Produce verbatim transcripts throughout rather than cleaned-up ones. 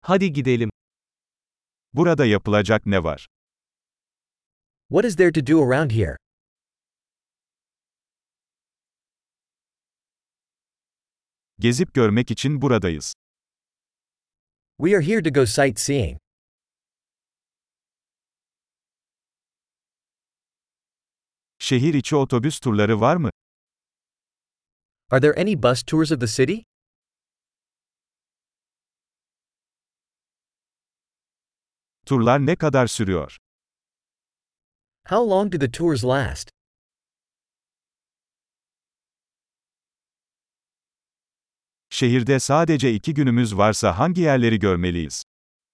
Hadi gidelim. Burada yapılacak ne var? What is there to do around here? Gezip görmek için buradayız. We are here to go sightseeing. Şehir içi otobüs turları var mı? Are there any bus tours of the city? Turlar ne kadar sürüyor? How long do the tours last? Şehirde sadece iki günümüz varsa hangi yerleri görmeliyiz?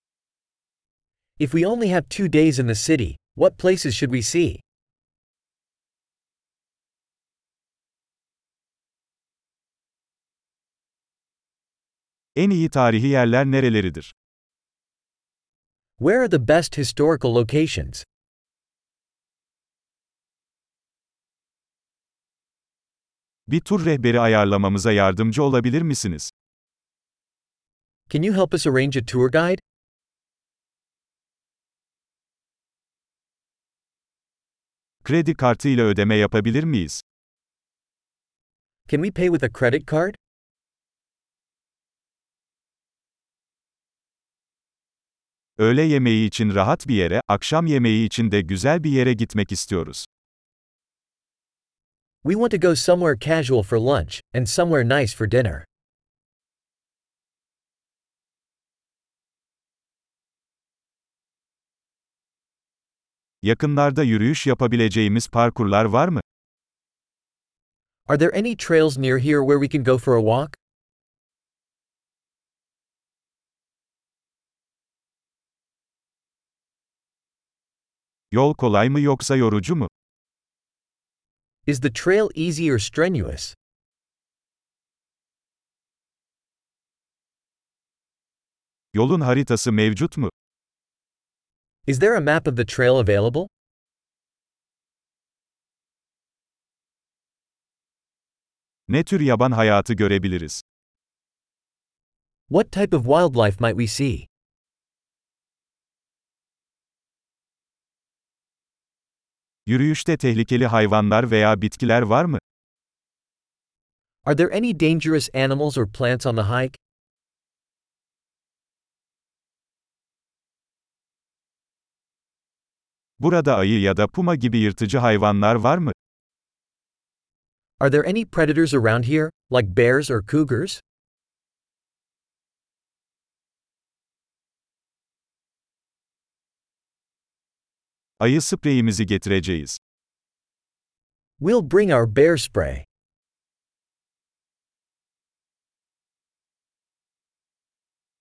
If we only have two days in the city, what places should we see? En iyi tarihi yerler nereleridir? Where are the best historical locations? Bir tur rehberi ayarlamamıza yardımcı olabilir misiniz? Can you help us arrange a tour guide? Kredi kartı ile ödeme yapabilir miyiz? Can we pay with a credit card? Öğle yemeği için rahat bir yere, akşam yemeği için de güzel bir yere gitmek istiyoruz. We want to go somewhere casual for lunch, and somewhere nice for dinner. Yakınlarda yürüyüş yapabileceğimiz parkurlar var mı? Are there any trails near here where we can go for a walk? Yol kolay mı yoksa yorucu mu? Is the trail easy or strenuous? Yolun haritası mevcut mu? Is there a map of the trail available? Ne tür yaban hayatı görebiliriz? What type of wildlife might we see? Yürüyüşte tehlikeli hayvanlar veya bitkiler var mı? Are there any dangerous animals or plants on the hike? Burada ayı ya da puma gibi yırtıcı hayvanlar var mı? Are there any predators around here, like bears or cougars? Ayı spreyimizi getireceğiz. We'll bring our bear spray.